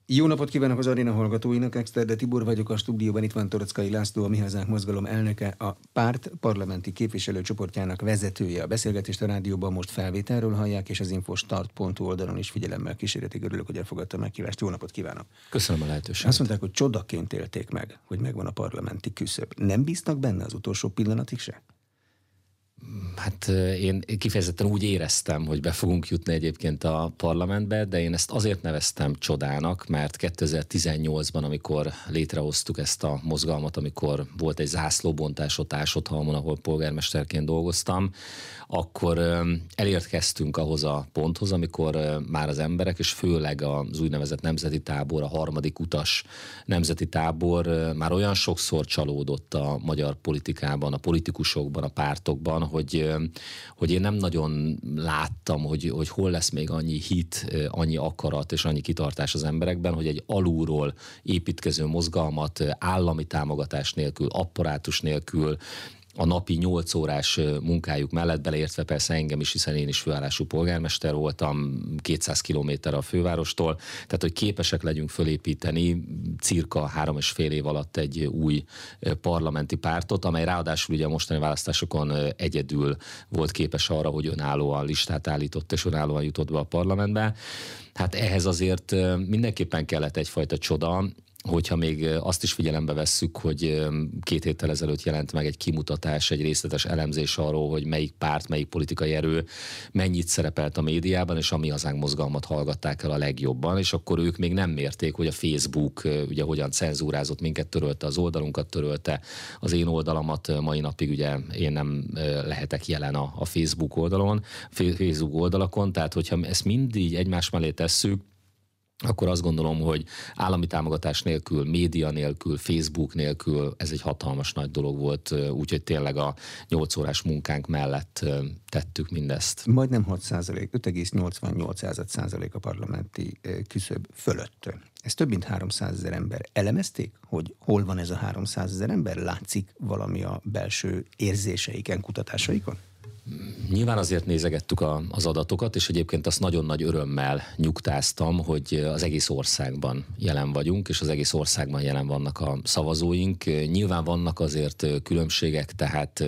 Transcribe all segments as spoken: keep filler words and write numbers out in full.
Jó napot kívánok az aréna hallgatóinak, Exterde Tibor vagyok, a stúdióban itt van Torockai László, a Mi Hazánk mozgalom elnöke, a párt parlamenti képviselőcsoportjának vezetője. A beszélgetést a rádióban most felvételről hallják, és az infostart pont hu oldalon is figyelemmel kíséretik. Örülök, hogy elfogadta a meghívást. Jó napot kívánok! Köszönöm a lehetőséget. Azt mondták, hogy csodaként élték meg, hogy megvan a parlamenti küszöb. Nem bíztak benne az utolsó pillanatig se? Hát én kifejezetten úgy éreztem, hogy be fogunk jutni egyébként a parlamentbe, de én ezt azért neveztem csodának, mert kétezer-tizennyolcban, amikor létrehoztuk ezt a mozgalmat, amikor volt egy zászlóbontás ott Ásotthalmon, ahol polgármesterként dolgoztam, akkor elérkeztünk ahhoz a ponthoz, amikor már az emberek, és főleg az úgynevezett nemzeti tábor, a harmadik utas nemzeti tábor már olyan sokszor csalódott a magyar politikában, a politikusokban, a pártokban, hogy, hogy én nem nagyon láttam, hogy, hogy hol lesz még annyi hit, annyi akarat és annyi kitartás az emberekben, hogy egy alulról építkező mozgalmat állami támogatás nélkül, apparátus nélkül, a napi nyolc órás munkájuk mellett, beleértve persze engem is, hiszen én is főállású polgármester voltam, kétszáz kilométerre a fővárostól, tehát hogy képesek legyünk fölépíteni cirka három és fél év alatt egy új parlamenti pártot, amely ráadásul ugye a mostani választásokon egyedül volt képes arra, hogy önállóan listát állított és önállóan jutott be a parlamentbe. Hát ehhez azért mindenképpen kellett egyfajta csoda, hogyha még azt is figyelembe vesszük, hogy két héttel ezelőtt jelent meg egy kimutatás, egy részletes elemzés arról, hogy melyik párt, melyik politikai erő mennyit szerepelt a médiában, és a Mi Hazánk mozgalmat hallgatták el a legjobban, és akkor ők még nem mérték, hogy a Facebook ugye hogyan cenzúrázott minket, törölte az oldalunkat, törölte az én oldalamat, mai napig ugye én nem lehetek jelen a, a Facebook oldalon, Facebook oldalakon, tehát hogyha ezt mindig egymás mellé tesszük, akkor azt gondolom, hogy állami támogatás nélkül, média nélkül, Facebook nélkül ez egy hatalmas nagy dolog volt, úgyhogy tényleg a nyolc órás munkánk mellett tettük mindezt. Majdnem hat százalék, öt egész nyolcvannyolc százalék a parlamenti küszöb fölött. Ez több mint háromszázezer ember. Elemezték, hogy hol van ez a háromszázezer ember? Látszik valami a belső érzéseiken, kutatásaikon? Nyilván azért nézegettük a, az adatokat, és egyébként azt nagyon nagy örömmel nyugtáztam, hogy az egész országban jelen vagyunk, és az egész országban jelen vannak a szavazóink. Nyilván vannak azért különbségek, tehát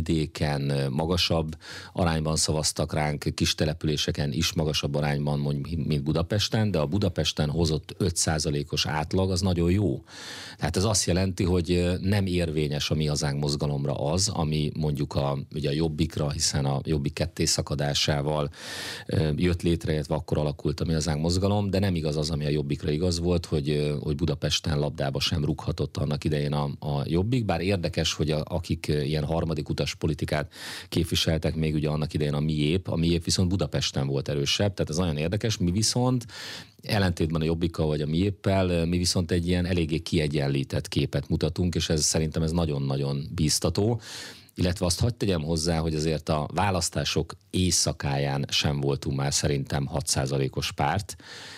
vidéken magasabb arányban szavaztak ránk, kis településeken is magasabb arányban, mint Budapesten, de a Budapesten hozott öt százalékos átlag az nagyon jó. Tehát ez azt jelenti, hogy nem érvényes a Mi Hazánk mozgalomra az, ami mondjuk a, ugye a Jobbikra, hiszen a Jobbik ketté szakadásával jött létre, illetve akkor alakult a Mi Hazánk mozgalom, de nem igaz az, ami a Jobbikra igaz volt, hogy, hogy Budapesten labdába sem rúghatott annak idején a, a Jobbik, bár érdekes, hogy a, akik ilyen harmadik utas politikát képviseltek, még ugye annak idején a Miép, a Miép viszont Budapesten volt erősebb, tehát ez nagyon érdekes, mi viszont ellentétben a Jobbikkal vagy a Miéppel, mi viszont egy ilyen eléggé kiegyenlített képet mutatunk, és ez szerintem ez nagyon-nagyon bíztató. Illetve azt hadd tegyem hozzá, hogy azért a választások éjszakáján sem voltunk már szerintem hat százalékos párt,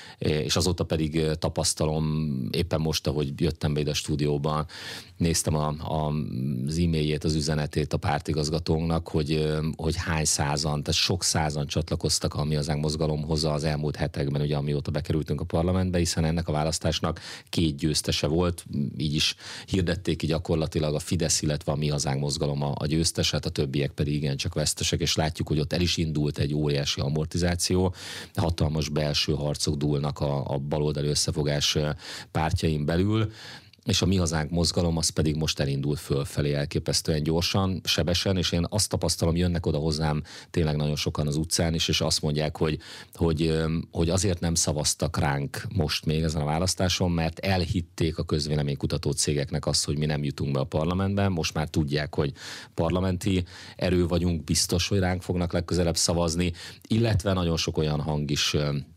és azóta pedig tapasztalom, éppen most, ahogy jöttem be ide a stúdióba, néztem a, a, az e-mailjét, az üzenetét a pártigazgatónknak, hogy, hogy hány százan, tehát sok százan csatlakoztak a Mi Hazánk mozgalomhoz az elmúlt hetekben, ugye amióta bekerültünk a parlamentbe, hiszen ennek a választásnak két győztese volt, így is hirdették így gyakorlatilag a Fidesz, illetve a Mi Hazánk mozgalom a, a győzteset, a többiek pedig igencsak vesztesek, és látjuk, hogy ott el is indult egy óriási amortizáció, hatalmas belső harcok dúlnak a, a baloldali összefogás pártjain belül, és a Mi Hazánk mozgalom az pedig most elindult fölfelé elképesztően gyorsan, sebesen, és én azt tapasztalom, jönnek oda hozzám tényleg nagyon sokan az utcán is, és azt mondják, hogy, hogy, hogy azért nem szavaztak ránk most még ezen a választáson, mert elhitték a közvéleménykutató cégeknek azt, hogy mi nem jutunk be a parlamentben, most már tudják, hogy parlamenti erő vagyunk, biztos, hogy ránk fognak legközelebb szavazni, illetve nagyon sok olyan hang is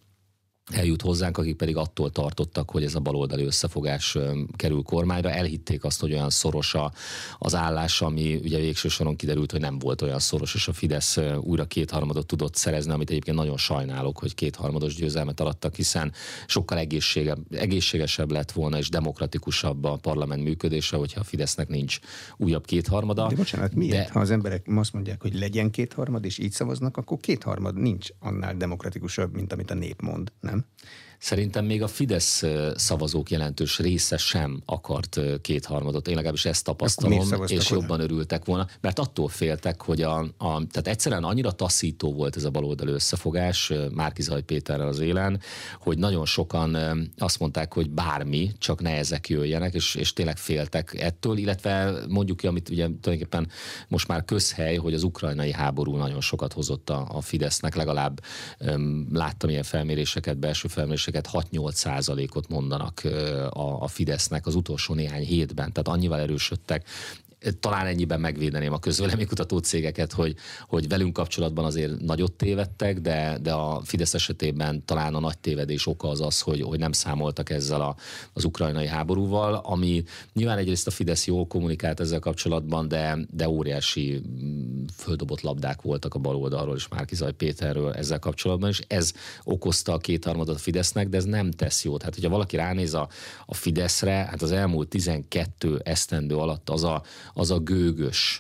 eljut hozzánk, akik pedig attól tartottak, hogy ez a baloldali összefogás kerül kormányra. Elhitték azt, hogy olyan szoros a, az állás, ami ugye végső soron kiderült, hogy nem volt olyan szoros, és a Fidesz újra kétharmadot tudott szerezni, amit egyébként nagyon sajnálok, hogy kétharmados győzelmet arattak, hiszen sokkal egészségesebb lett volna, és demokratikusabb a parlament működése, hogyha a Fidesznek nincs újabb kétharmada. De bocsánat, miért? De... Ha az emberek azt mondják, hogy legyen kétharmad, és így szavaznak, akkor kétharmad nincs annál demokratikusabb, mint amit a nép mond, nem? Szerintem még a Fidesz szavazók jelentős része sem akart kétharmadot. Én legalábbis ezt tapasztalom, és oda? Jobban örültek volna, mert attól féltek, hogy a, a, tehát egyszerűen annyira taszító volt ez a baloldali összefogás Márki-Zay Péterrel az élen, hogy nagyon sokan azt mondták, hogy bármi, csak ne ezek jöjjenek, és, és tényleg féltek ettől, illetve mondjuk ki, amit ugye tulajdonképpen most már közhely, hogy az ukrajnai háború nagyon sokat hozott a, a Fidesznek, legalább um, láttam ilyen felméréseket, belső felméréseket, hat-nyolc százalékot mondanak a, a Fidesznek az utolsó néhány hétben, tehát annyival erősödtek. Talán ennyiben megvédeném a közvéleménykutató cégeket, hogy, hogy velünk kapcsolatban azért nagyot tévedtek, de, de a Fidesz esetében talán a nagy tévedés oka az az, hogy, hogy nem számoltak ezzel a, az ukrajnai háborúval, ami nyilván egyrészt a Fidesz jól kommunikált ezzel kapcsolatban, de, de óriási földobott labdák voltak a baloldalról és Márki-Zay Péterről ezzel kapcsolatban, és ez okozta a kétharmadot a Fidesznek, de ez nem tesz jót. Hát, hogyha valaki ránéz a, a Fideszre, hát az elmúlt tizenkét esztendő alatt az a az a gőgös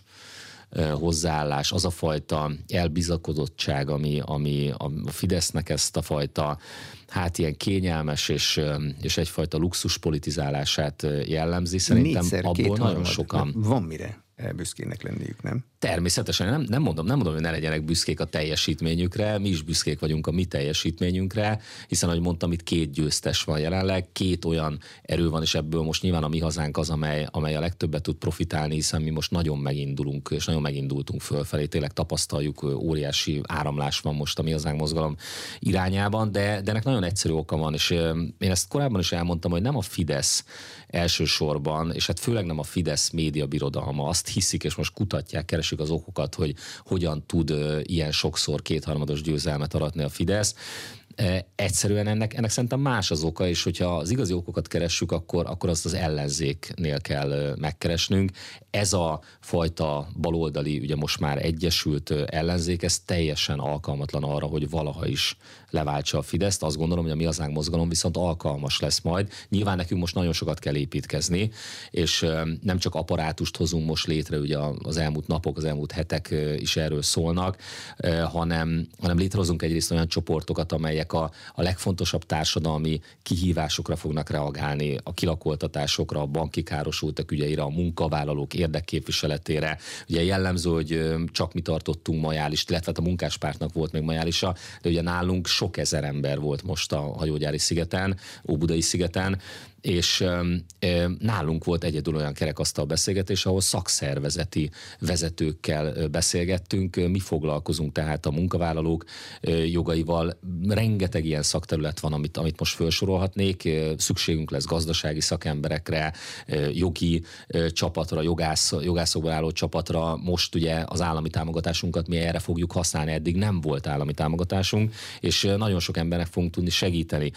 hozzáállás, az a fajta elbizakodottság, ami, ami a Fidesznek ezt a fajta hát ilyen kényelmes és, és egyfajta luxus politizálását jellemzi. Szerintem Négyszer, abból nagyon sokan... Van mire büszkének lenniük, nem? Természetesen, nem, nem, mondom, nem mondom, hogy ne legyenek büszkék a teljesítményükre, mi is büszkék vagyunk a mi teljesítményünkre, hiszen, ahogy mondtam, itt két győztes van jelenleg, két olyan erő van, és ebből most nyilván a mi hazánk az, amely, amely a legtöbbet tud profitálni, hiszen mi most nagyon megindulunk, és nagyon megindultunk fölfelé, tényleg tapasztaljuk, óriási áramlás van most a mi hazánk mozgalom irányában, de, de ennek nagyon egyszerű oka van, és én ezt korábban is elmondtam, hogy nem a Fidesz elsősorban, és hát főleg nem a Fidesz média birodalma, azt hiszik, és most kutatják, keresik az okokat, hogy hogyan tud uh, ilyen sokszor kétharmados győzelmet aratni a Fidesz. Uh, egyszerűen ennek, ennek szerintem más az oka, és hogyha az igazi okokat keressük, akkor, akkor azt az ellenzéknél kell uh, megkeresnünk. Ez a fajta baloldali, ugye most már egyesült uh, ellenzék, ez teljesen alkalmatlan arra, hogy valaha is leváltsa a Fideszt. Azt gondolom, hogy a Mi Hazánk mozgalom viszont alkalmas lesz majd. Nyilván nekünk most nagyon sokat kell építkezni, és uh, nem csak apparátust hozunk most létre, ugye az elmúlt napok, az elmúlt hetek uh, is erről szólnak, uh, hanem, hanem létrehozunk egyrészt olyan csoportokat, amelyek A, a legfontosabb társadalmi kihívásokra fognak reagálni, a kilakoltatásokra, a banki károsultak ügyeire, a munkavállalók érdekképviseletére. Ugye jellemző, hogy csak mi tartottunk majálist, illetve a munkáspártnak volt még majálisa, de ugye nálunk sok ezer ember volt most a Hajógyári szigeten, Óbudai szigeten, és e, nálunk volt egyedül olyan kerekasztal beszélgetés, ahol szakszervezeti vezetőkkel beszélgettünk. Mi foglalkozunk tehát a munkavállalók jogaival. Rengeteg ilyen szakterület van, amit, amit most felsorolhatnék. Szükségünk lesz gazdasági szakemberekre, jogi csapatra, jogász, jogászokból álló csapatra. Most ugye az állami támogatásunkat mi erre fogjuk használni, eddig nem volt állami támogatásunk, és nagyon sok embernek fogunk tudni segíteni.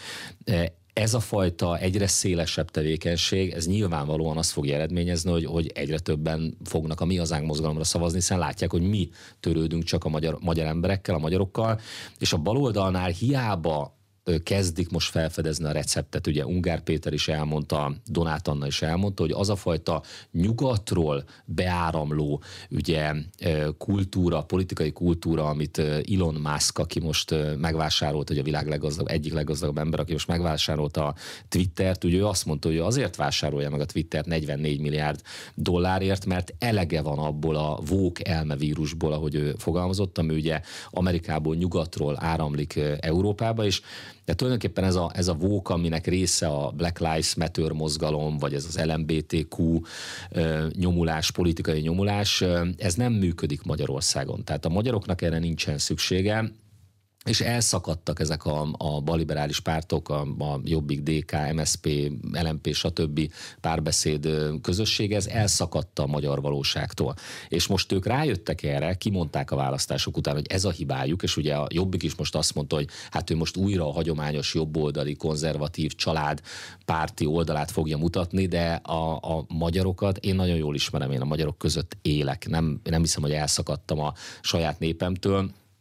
Ez a fajta egyre szélesebb tevékenység, ez nyilvánvalóan azt fogja eredményezni, hogy, hogy egyre többen fognak a Mi Hazánk mozgalomra szavazni, hiszen látják, hogy mi törődünk csak a magyar, magyar emberekkel, a magyarokkal, és a baloldalnál hiába kezdik most felfedezni a receptet. Ugye Ungár Péter is elmondta, Donát Anna is elmondta, hogy az a fajta nyugatról beáramló ugye, kultúra, politikai kultúra, amit Elon Musk, aki most megvásárolt, hogy a világ leggazdag, egyik leggazdagabb ember, aki most megvásárolta a Twittert, ugye ő azt mondta, hogy azért vásárolja meg a Twittert negyvennégy milliárd dollárért, mert elege van abból a woke elmevírusból, ahogy ő fogalmazott, ami ugye Amerikából nyugatról áramlik Európába, és de tulajdonképpen ez a, ez a woke, aminek része a Black Lives Matter mozgalom, vagy ez az el em bé té kú nyomulás, politikai nyomulás, ez nem működik Magyarországon. Tehát a magyaroknak erre nincsen szüksége, és elszakadtak ezek a, a balliberális pártok, a, a Jobbik, dé ká, em es zé pé, el em pé, stb. Párbeszéd közössége, ez elszakadta a magyar valóságtól. És most ők rájöttek erre, kimondták a választások után, hogy ez a hibájuk, és ugye a Jobbik is most azt mondta, hogy hát ő most újra a hagyományos jobboldali, konzervatív család párti oldalát fogja mutatni, de a, a magyarokat én nagyon jól ismerem, én a magyarok között élek, nem, nem hiszem, hogy elszakadtam a saját népemtől.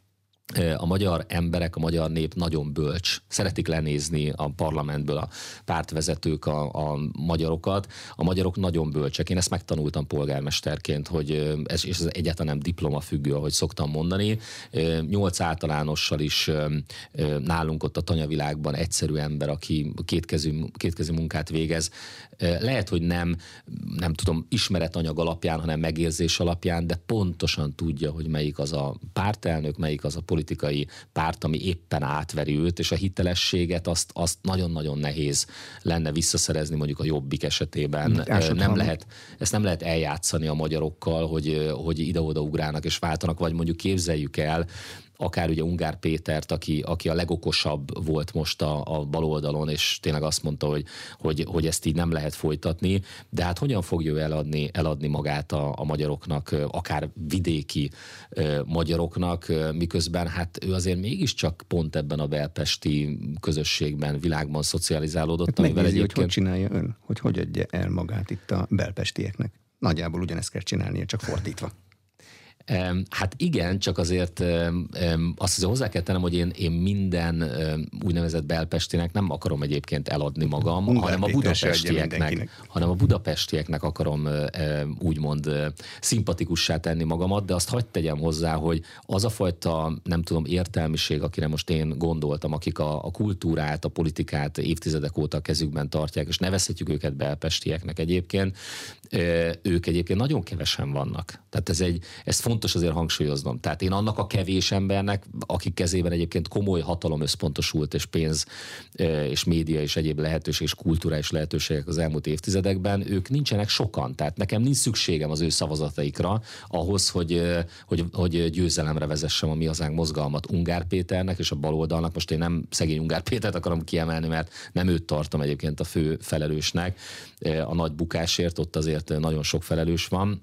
a magyar emberek, a magyar nép nagyon bölcs. Szeretik lenézni a parlamentből a pártvezetők a, a magyarokat. A magyarok nagyon bölcsek. Én ezt megtanultam polgármesterként, hogy ez, és ez egyáltalán nem diplomafüggő, ahogy szoktam mondani. Nyolc általánossal is nálunk ott a tanyavilágban egyszerű ember, aki kétkezű, kétkezű munkát végez. Lehet, hogy nem, nem tudom, ismeretanyag alapján, hanem megérzés alapján, de pontosan tudja, hogy melyik az a pártelnök, melyik az a politikai párt, ami éppen átveri őt, és a hitelességet azt, azt nagyon-nagyon nehéz lenne visszaszerezni mondjuk a Jobbik esetében. Nem lehet, ezt nem lehet eljátszani a magyarokkal, hogy, hogy ide-oda ugrálnak és váltanak, vagy mondjuk képzeljük el, akár ugye Ungár Pétert, aki, aki a legokosabb volt most a, a baloldalon, és tényleg azt mondta, hogy, hogy, hogy ezt így nem lehet folytatni, de hát hogyan fogja ő eladni, eladni magát a, a magyaroknak, akár vidéki uh, magyaroknak, uh, miközben hát ő azért mégiscsak pont ebben a belpesti közösségben, világban szocializálódott. Hát amivel megnézi, egyébként... hogy hogy csinálja ön, hogy hogy adja el magát itt a belpestieknek. Nagyjából ugyanezt kell csinálnia, csak fordítva. Hát igen, csak azért azt azért hozzá kell tennem, hogy én, én minden úgynevezett belpestinek nem akarom egyébként eladni magam, Ungár hanem a budapestieknek, hanem a budapestieknek akarom úgymond szimpatikussá tenni magamat, de azt hagyd tegyem hozzá, hogy az a fajta, nem tudom, értelmiség, akire most én gondoltam, akik a, a kultúrát, a politikát évtizedek óta a kezükben tartják, és nevezhetjük őket belpestieknek egyébként, ők egyébként nagyon kevesen vannak. Tehát ez egy, ez fontos azért hangsúlyoznom. Tehát én annak a kevés embernek, akik kezében egyébként komoly hatalom összpontosult, és pénz, és média, és egyéb lehetőség, és kulturális lehetőségek az elmúlt évtizedekben, ők nincsenek sokan. Tehát nekem nincs szükségem az ő szavazataikra ahhoz, hogy, hogy, hogy győzelemre vezessem a Mi Hazánk mozgalmat Ungár Péternek és a baloldalnak. Most én nem szegény Ungár Pétert akarom kiemelni, mert nem őt tartom egyébként a fő felelősnek. A nagy bukásért ott azért nagyon sok felelős van.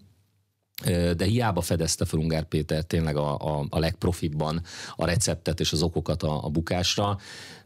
De hiába fedezte fel Ungár Péter tényleg a, a, a legprofibban a receptet és az okokat a, a bukásra.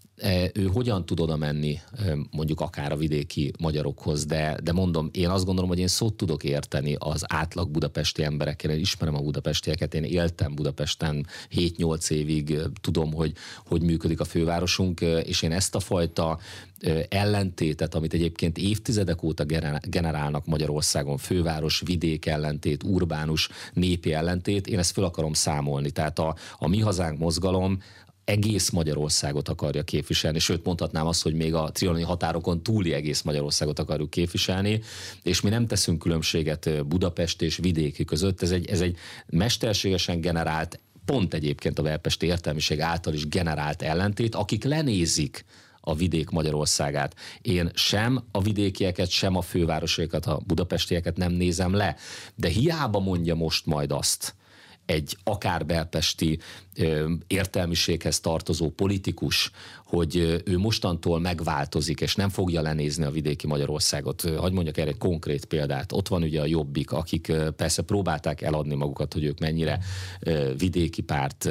Ő hogyan tud oda menni mondjuk akár a vidéki magyarokhoz, de, de mondom, én azt gondolom, hogy én szót tudok érteni az átlag budapesti emberekkel, én ismerem a budapestieket, én éltem Budapesten hét-nyolc évig, tudom, hogy hogy működik a fővárosunk, és én ezt a fajta ellentétet, amit egyébként évtizedek óta generálnak Magyarországon, főváros, vidék ellentét, urbánus, népi ellentét, én ezt föl akarom számolni. Tehát a, a Mi Hazánk mozgalom egész Magyarországot akarja képviselni, sőt mondhatnám azt, hogy még a trianoni határokon túli egész Magyarországot akarjuk képviselni, és mi nem teszünk különbséget Budapest és vidéki között. Ez egy, ez egy mesterségesen generált, pont egyébként a belpesti értelmiség által is generált ellentét, akik lenézik a vidék Magyarországát. Én sem a vidékieket, sem a fővárosokat, a budapestieket nem nézem le, de hiába mondja most majd azt egy akár belpesti ö, értelmiséghez tartozó politikus, hogy ő mostantól megváltozik, és nem fogja lenézni a vidéki Magyarországot. Hadd mondjak erre egy konkrét példát. Ott van ugye a Jobbik, akik persze próbálták eladni magukat, hogy ők mennyire ö, vidéki párt,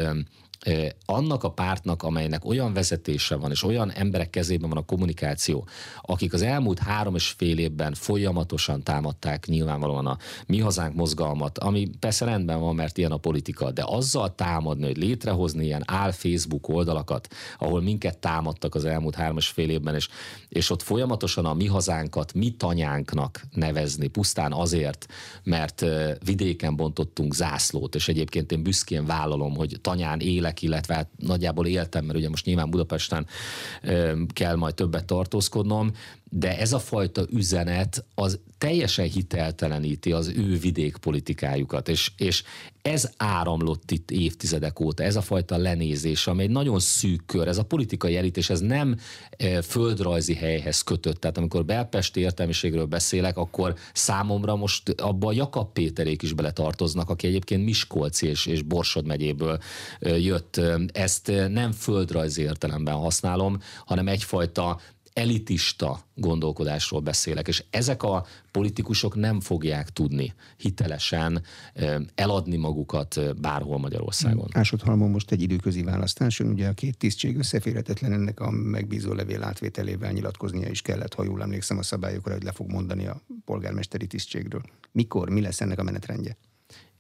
annak a pártnak, amelynek olyan vezetése van, és olyan emberek kezében van a kommunikáció, akik az elmúlt három és fél évben folyamatosan támadták nyilvánvalóan a Mi Hazánk mozgalmat, ami persze rendben van, mert ilyen a politika, de azzal támadni, hogy létrehozni ilyen áll Facebook oldalakat, ahol minket támadtak az elmúlt három és fél évben, és, és ott folyamatosan a Mi Hazánkat mi tanyánknak nevezni, pusztán azért, mert vidéken bontottunk zászlót, és egyébként én büszkén vállalom, hogy tanyán élek, illetve hát nagyjából éltem, mert ugye most nyilván Budapesten ö, kell majd többet tartózkodnom, de ez a fajta üzenet az teljesen hitelteleníti az ő vidékpolitikájukat, és, és ez áramlott itt évtizedek óta, ez a fajta lenézés, ami egy nagyon szűk kör, ez a politikai elit, és ez nem e, földrajzi helyhez kötött. Tehát amikor belpesti értelmiségről beszélek, akkor számomra most abba a Jakab Péterék is beletartoznak, aki egyébként Miskolci és, és Borsod megyéből e, jött. Ezt nem földrajzi értelemben használom, hanem egyfajta elitista gondolkodásról beszélek, és ezek a politikusok nem fogják tudni hitelesen eladni magukat bárhol Magyarországon. Ásodhalmon most egy időközi választáson, ugye a két tisztség összeférhetetlen, ennek a megbízó levél átvételével nyilatkoznia is kellett, ha jól emlékszem a szabályokra, hogy le fog mondani a polgármesteri tisztségről. Mikor, mi lesz ennek a menetrendje?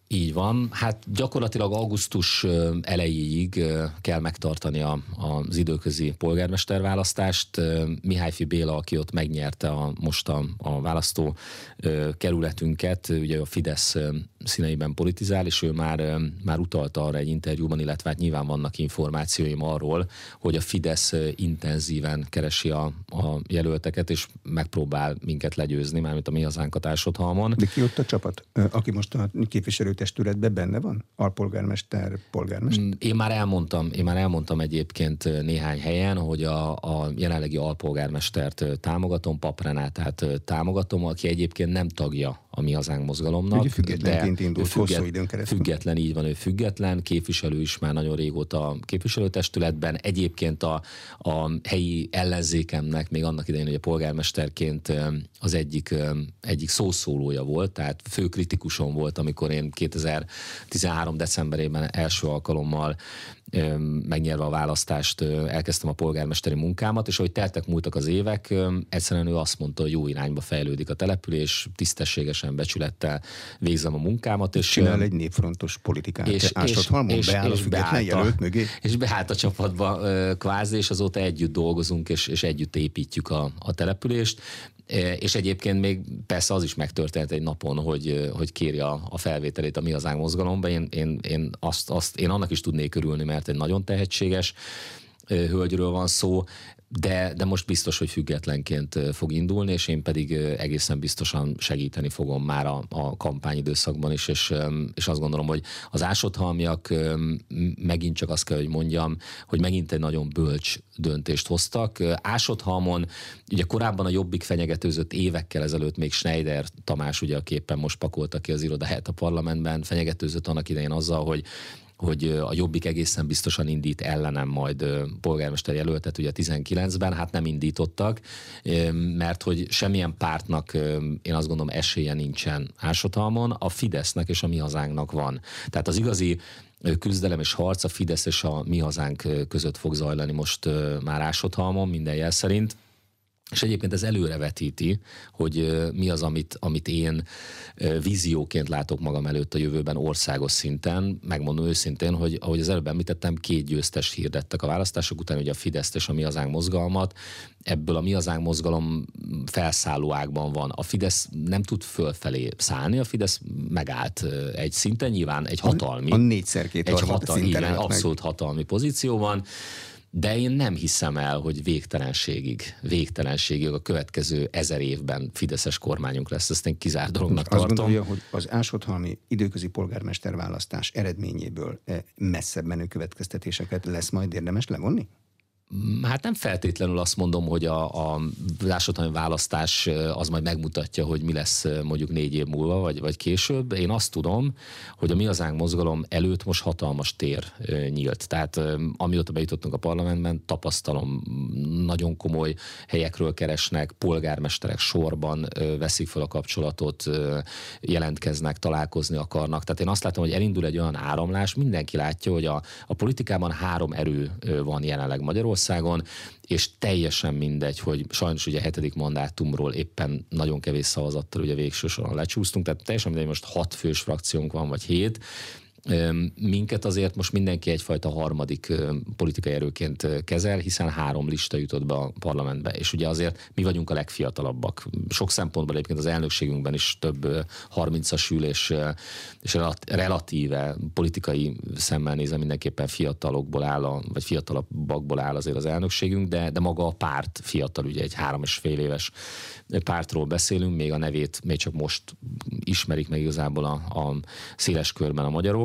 Így van. Hát gyakorlatilag augusztus elejéig kell megtartani a, az időközi polgármesterválasztást. Mihályfi Béla, aki ott megnyerte a, most a, a választó kerületünket, ugye a Fidesz színeiben politizál, és ő már, már utalta arra egy interjúban, illetve hát nyilván vannak információim arról, hogy a Fidesz intenzíven keresi a, a jelölteket, és megpróbál minket legyőzni, mármint a Mi Hazánkat Ásodhalmon. De ki ott a csapat, aki most a képviselőtestületben benne van? Alpolgármester, polgármester? Én már elmondtam, én már elmondtam egyébként néhány helyen, hogy a, a jelenlegi alpolgármestert támogatom, Papp Renátát támogatom, aki egyébként nem tagja a Mi Hazánk mozgalomnak. Ugye függetlenként indult függet, hosszú időn keresztül. Független, így van, ő független, képviselő is már nagyon régóta a képviselőtestületben. Egyébként a, a helyi ellenzékemnek még annak idején, hogy a polgármesterként az egyik, egyik szószólója volt, tehát fő kritikusom volt, amikor én kétezer-tizenhárom decemberében első alkalommal megnyerve a választást elkezdtem a polgármesteri munkámat, és ahogy teltek múltak az évek, egyszerűen ő azt mondta, hogy jó irányba fejlődik a település, tisztességesen, becsülettel végzem a munkámat. És csinál egy népfrontos politikát. És, Ásodhalmon és, beáll és, a független jelölt mögé. És beállt a csapatba kvázi, és azóta együtt dolgozunk, és, és együtt építjük a, a települést. És egyébként még persze az is megtörtént egy napon, hogy, hogy kéri a, a felvételét a Mi Hazánk mozgalomba. Én, én, én, azt, azt, én annak is tudnék örülni, mert egy nagyon tehetséges hölgyről van szó, de, de most biztos, hogy függetlenként fog indulni, és én pedig egészen biztosan segíteni fogom már a, a kampányidőszakban is, és, és azt gondolom, hogy az ásodhalmiak megint csak azt kell, hogy mondjam, hogy megint egy nagyon bölcs döntést hoztak. Ásodhalmon ugye korábban a Jobbik fenyegetőzött évekkel ezelőtt még Schneider Tamás, ugye, aki éppen most pakolta ki az irodáját a parlamentben, fenyegetőzött annak idején azzal, hogy hogy a Jobbik egészen biztosan indít ellenem majd polgármester jelöltet ugye tizenkilencben, hát nem indítottak, mert hogy semmilyen pártnak én azt gondolom esélye nincsen Ásodhalmon, a Fidesznek és a Mi Hazánknak van. Tehát az igazi küzdelem és harc a Fidesz és a Mi Hazánk között fog zajlani most már Ásodhalmon, minden jel szerint. És egyébként ez előrevetíti, hogy mi az, amit, amit én vízióként látok magam előtt a jövőben országos szinten. Megmondom őszintén, hogy ahogy az előbb említettem, két győztest hirdettek a választások után, ugye a Fideszt és a Mi Hazánk mozgalmat. Ebből a Mi Hazánk mozgalom felszálló ágban van. A Fidesz nem tud fölfelé szállni, a Fidesz megállt egy szinten, nyilván egy hatalmi. A négyszer két egy hatalmi, szinten igen, abszolút meg. hatalmi pozícióban. De én nem hiszem el, hogy végtelenségig, végtelenségig a következő ezer évben fideszes kormányunk lesz. Ezt én kizárt dolognak Azt tartom. gondolja, hogy az ásodhalmi időközi polgármesterválasztás eredményéből messzebb menő következtetéseket lesz majd érdemes levonni? Hát nem feltétlenül azt mondom, hogy a, a ásodhalmi választás az majd megmutatja, hogy mi lesz mondjuk négy év múlva, vagy, vagy később. Én azt tudom, hogy a Mi Hazánk mozgalom előtt most hatalmas tér nyílt. Tehát amióta bejutottunk a parlamentben, tapasztalom, nagyon komoly helyekről keresnek, polgármesterek sorban veszik fel a kapcsolatot, jelentkeznek, találkozni akarnak. Tehát én azt látom, hogy elindul egy olyan áramlás, mindenki látja, hogy a, a politikában három erő van jelenleg Magyarországon, és teljesen mindegy, hogy sajnos ugye a hetedik mandátumról éppen nagyon kevés szavazattal ugye végső soron lecsúsztunk, tehát teljesen mindegy, most hat fős frakciónk van, vagy hét. Minket azért most mindenki egyfajta harmadik politikai erőként kezel, hiszen három lista jutott be a parlamentbe, és ugye azért mi vagyunk a legfiatalabbak. Sok szempontból egyébként az elnökségünkben is több harmincas ül, és, és relatíve politikai szemmel nézve mindenképpen fiatalokból áll, a, vagy fiatalabbakból áll azért az elnökségünk, de, de maga a párt fiatal, ugye egy három és fél éves pártról beszélünk, még a nevét még csak most ismerik meg igazából a, a széles körben a magyarok.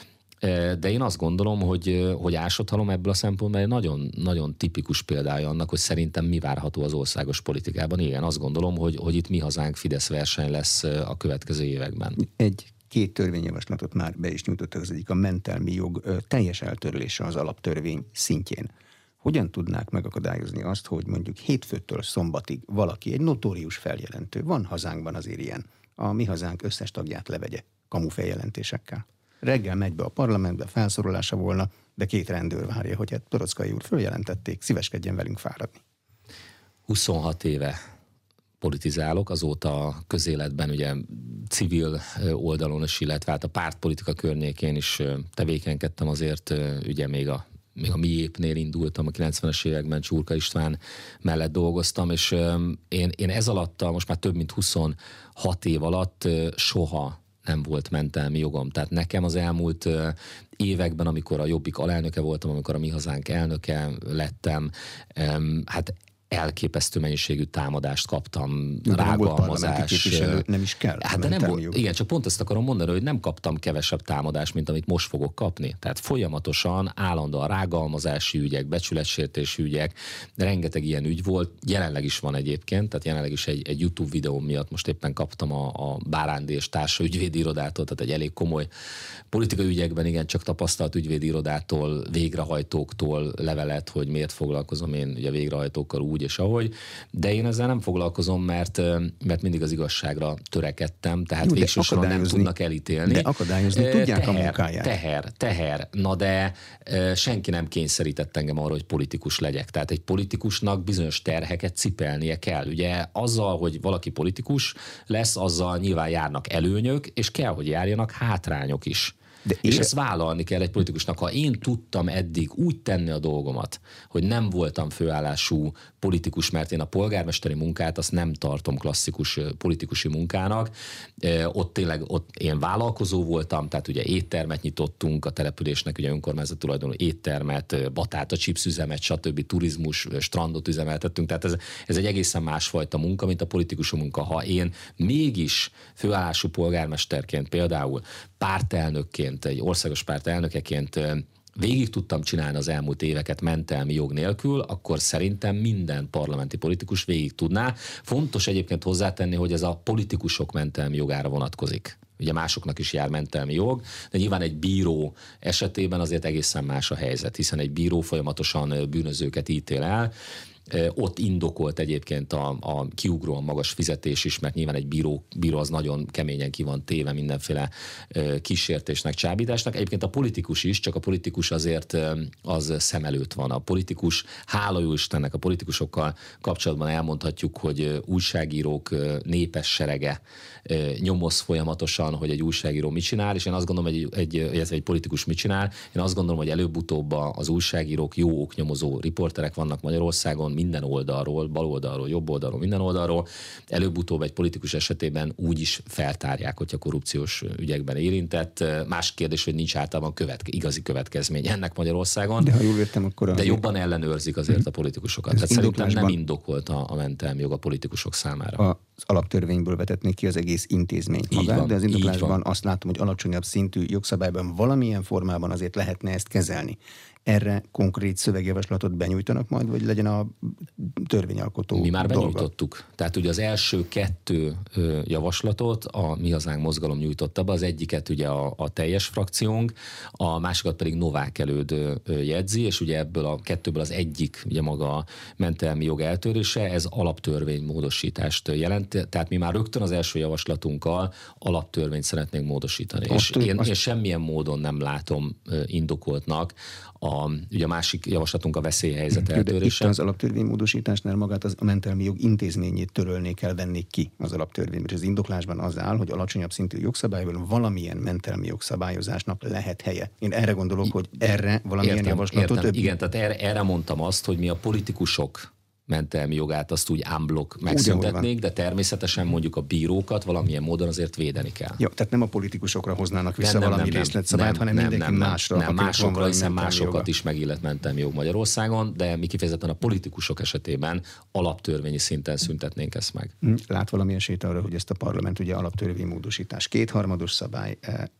De én azt gondolom, hogy, hogy Ásodhalom ebből a szempontból egy nagyon, nagyon tipikus példája annak, hogy szerintem mi várható az országos politikában. Igen, azt gondolom, hogy, hogy itt Mi Hazánk Fidesz verseny lesz a következő években. Egy két törvényjavaslatot már be is nyújtottak, az egyik a mentelmi jog teljes eltörlése az alaptörvény szintjén. Hogyan tudnák megakadályozni azt, hogy mondjuk hétfőtől szombatig valaki, egy notórius feljelentő, van hazánkban azért ilyen, a Mi Hazánk összes tagját levegye kamu feljelentésekkel? Reggel megy be a parlamentbe, felszorolása volna, de két rendőr várja, hogy hát Torockai úr följelentették, szíveskedjen velünk fáradni. huszonhat éve politizálok, azóta közéletben ugye civil oldalon is, illetve hát a pártpolitika környékén is tevékenykedtem, azért ugye még a még a Miépnél indultam, a kilencvenes években Csurka István mellett dolgoztam, és én, én ez alatt, most már több mint huszonhat év alatt soha nem volt mentelmi jogom. Tehát nekem az elmúlt években, amikor a Jobbik alelnöke voltam, amikor a Mi Hazánk elnöke lettem, hát elképesztő mennyiségű támadást kaptam, rágalmazás. Nem is kell. Hát de nem volt, igen, csak pont ezt akarom mondani, hogy nem kaptam kevesebb támadást, mint amit most fogok kapni. Tehát folyamatosan, állandóan rágalmazási ügyek, becsületsértési ügyek, rengeteg ilyen ügy volt, jelenleg is van egyébként, tehát jelenleg is egy, egy YouTube videó miatt most éppen kaptam a, a Bárándi és Társa ügyvédi irodától, tehát egy elég komoly politikai ügyekben igen csak tapasztalt ügyvédi irodától, végrehajtóktól levelet, hogy miért foglalkozom én ugye végrehajtókkal úgy és ahogy, de én ezzel nem foglalkozom, mert, mert mindig az igazságra törekedtem, tehát végső soron nem tudnak elítélni. De akadályozni tudják teher, a munkáját. Teher, teher. Na de senki nem kényszerített engem arra, hogy politikus legyek. Tehát egy politikusnak bizonyos terheket cipelnie kell. Ugye azzal, hogy valaki politikus lesz, azzal nyilván járnak előnyök, és kell, hogy járjanak hátrányok is. De és én... ezt vállalni kell egy politikusnak. Ha én tudtam eddig úgy tenni a dolgomat, hogy nem voltam főállású politikus, mert én a polgármesteri munkát azt nem tartom klasszikus politikusi munkának. Ott tényleg ott én vállalkozó voltam, tehát ugye éttermet nyitottunk a településnek, ugye önkormányzat tulajdonú éttermet, batáta, chipsüzemet, stb. Turizmus, strandot üzemeltettünk. Tehát ez, ez egy egészen másfajta munka, mint a politikusi munka. Ha én mégis főállású polgármesterként például pártelnökként, egy országos párt elnökeként végig tudtam csinálni az elmúlt éveket mentelmi jog nélkül, akkor szerintem minden parlamenti politikus végig tudná. Fontos egyébként hozzátenni, hogy ez a politikusok mentelmi jogára vonatkozik. Ugye másoknak is jár mentelmi jog, de nyilván egy bíró esetében azért egészen más a helyzet, hiszen egy bíró folyamatosan bűnözőket ítél el. Ott indokolt egyébként a, a kiugróan magas fizetés is, mert nyilván egy bíró, bíró az nagyon keményen ki van téve mindenféle kísértésnek, csábításnak. Egyébként a politikus is, csak a politikus azért az szem előtt van. A politikus, hála jó Istennek, a politikusokkal kapcsolatban elmondhatjuk, hogy újságírók népes serege nyomoz folyamatosan, hogy egy újságíró mit csinál, és én azt gondolom, hogy egy, egy, egy politikus mit csinál. Én azt gondolom, hogy előbb-utóbb az újságírók jó oknyomozó riporterek vannak Magyarországon, minden oldalról, bal oldalról, jobb oldalról, minden oldalról. Előbb-utóbb egy politikus esetében úgy is feltárják, hogyha korrupciós ügyekben érintett. Más kérdés, hogy nincs általában követke, igazi következmény ennek Magyarországon. De ha jól értem, akkor de jobban ellenőrzik azért a politikusokat. Tehát szerintem nem indokolt a, a mentelmi jog a politikusok számára. Az alaptörvényből vetetnék ki az egész intézményt magát, van, de az indoklásban azt látom, hogy alacsonyabb szintű jogszabályban valamilyen formában azért lehetne ezt kezelni. Erre konkrét szövegjavaslatot benyújtanak majd, vagy legyen a törvényalkotó Mi már dolga? benyújtottuk. Tehát ugye az első kettő javaslatot a Mi Hazánk mozgalom nyújtotta be, az egyiket ugye a, a teljes frakciónk, a másikat pedig Novák Előd jegyzi, és ugye ebből a kettőből az egyik, ugye maga a mentelmi jog eltörése, ez alaptörvénymódosítást jelent, tehát mi már rögtön az első javaslatunkkal alaptörvényt szeretnénk módosítani. Most és én, azt... én semmilyen módon nem látom indokoltnak a, ugye a másik javaslatunk a veszélyhelyzet eltörése. Itt az alaptörvénymódosításnál magát az, a mentelmi jog intézményét törölnék el, vennék ki az alaptörvény, mert az indoklásban az áll, hogy alacsonyabb szintű jogszabályban valamilyen mentelmi jogszabályozásnak lehet helye. Én erre gondolok, hogy erre valamilyen értem, javaslatot... Értem. Igen, tehát erre, erre mondtam azt, hogy mi a politikusok mentelmi jogát azt úgy unblock megszüntetnék, de természetesen mondjuk a bírókat valamilyen módon azért védeni kell. Jó, tehát nem a politikusokra hoznának vissza nem, valami részletszabályt, hanem nem, mindenki nem, másra. Nem, másokra, hiszen másokat joga. is megillet mentelmi jog Magyarországon, de mi kifejezetten a politikusok esetében alaptörvényi szinten szüntetnénk ezt meg. Lát valami esélyt arra, hogy ezt a parlament ugye alaptörvénymódosítás kétharmados szabály,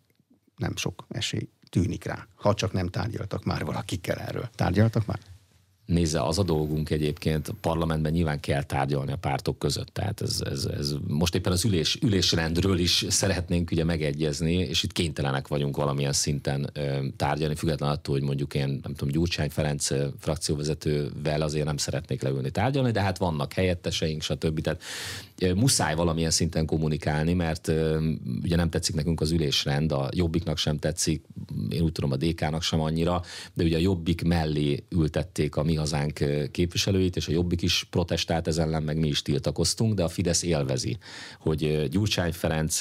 nem sok esély tűnik rá. Ha csak nem tárgyaltak már valakikkel erről. Tárgyaltak már? Nézze, az a dolgunk egyébként, a parlamentben nyilván kell tárgyalni a pártok között, tehát ez, ez, ez most éppen az ülés, ülésrendről is szeretnénk ugye megegyezni, és itt kénytelenek vagyunk valamilyen szinten ö, tárgyalni, függetlenül attól, hogy mondjuk én, nem tudom, Gyurcsány Ferenc frakcióvezetővel azért nem szeretnék leülni tárgyalni, de hát vannak helyetteseink, stb. Tehát ö, muszáj valamilyen szinten kommunikálni, mert ö, ugye nem tetszik nekünk az ülésrend, a Jobbiknak sem tetszik, én úgy tudom a dé ká-nak sem annyira, de ugye a Jobbik mellé ültették a Mi hazánk képviselőit, és a Jobbik is protestált ezen ellen, meg mi is tiltakoztunk, de a Fidesz élvezi, hogy Gyurcsány Ferenc,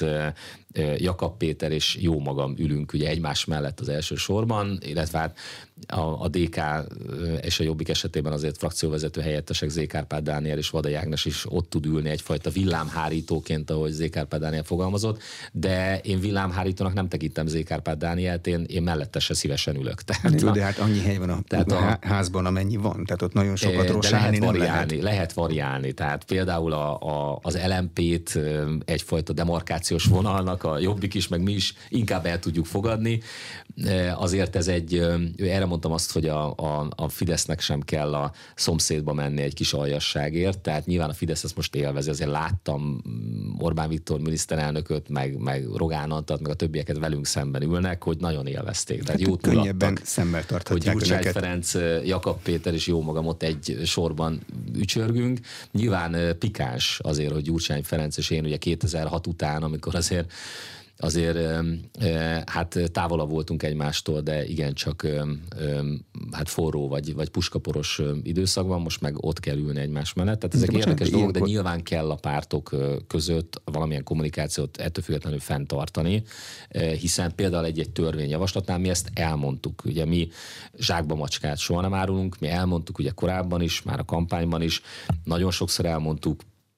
Jakab Péter és jó magam ülünk ugye egymás mellett az első sorban, illetve hát a, a dé ká és a Jobbik esetében azért frakcióvezető helyettesek Zék Árpád Dániel és Vadai Ágnes is ott tud ülni egyfajta villámhárítóként, ahogy Zék Árpád Dániel fogalmazott, de én villámhárítónak nem tekintem Zék Árpád Dánielt, én, én mellette se szívesen ülök. Tehát, de, de hát annyi hely van a, tehát a házban, amennyi van, tehát ott nagyon sokat rossálni lehet nem variálni, lehet. Lehet variálni, tehát például a, a, az el em pét egyfajta demarkációs vonalnak a Jobbik is, meg mi is inkább el tudjuk fogadni. Azért ez egy, erre mondtam azt, hogy a, a, a Fidesznek sem kell a szomszédba menni egy kis aljasságért, tehát nyilván a Fidesz ezt most élvezi, azért láttam Orbán Viktor miniszterelnököt, meg, meg Rogán Antat, meg a többieket velünk szemben ülnek, hogy nagyon élvezték. Tehát hát jót könnyebben szemmel tarthatják hogy Gyurcsány önöket. Ferenc, Jakab Péter és jó magam ott egy sorban ücsörgünk. Nyilván pikáns azért, hogy Gyurcsány Ferenc és én ugye kétezer-hat után, amikor azért azért hát távolabb voltunk egymástól, de igencsak hát forró vagy, vagy puskaporos időszakban, most meg ott kell ülni egymás mellett. Tehát ezek de érdekes dolgok, de nyilván kell a pártok között valamilyen kommunikációt ettől függetlenül fenntartani, hiszen például egy-egy törvényjavaslatnál mi ezt elmondtuk. Ugye mi zsákba macskát soha nem árulunk, mi elmondtuk ugye korábban is, már a kampányban is, nagyon sokszor elmondtuk,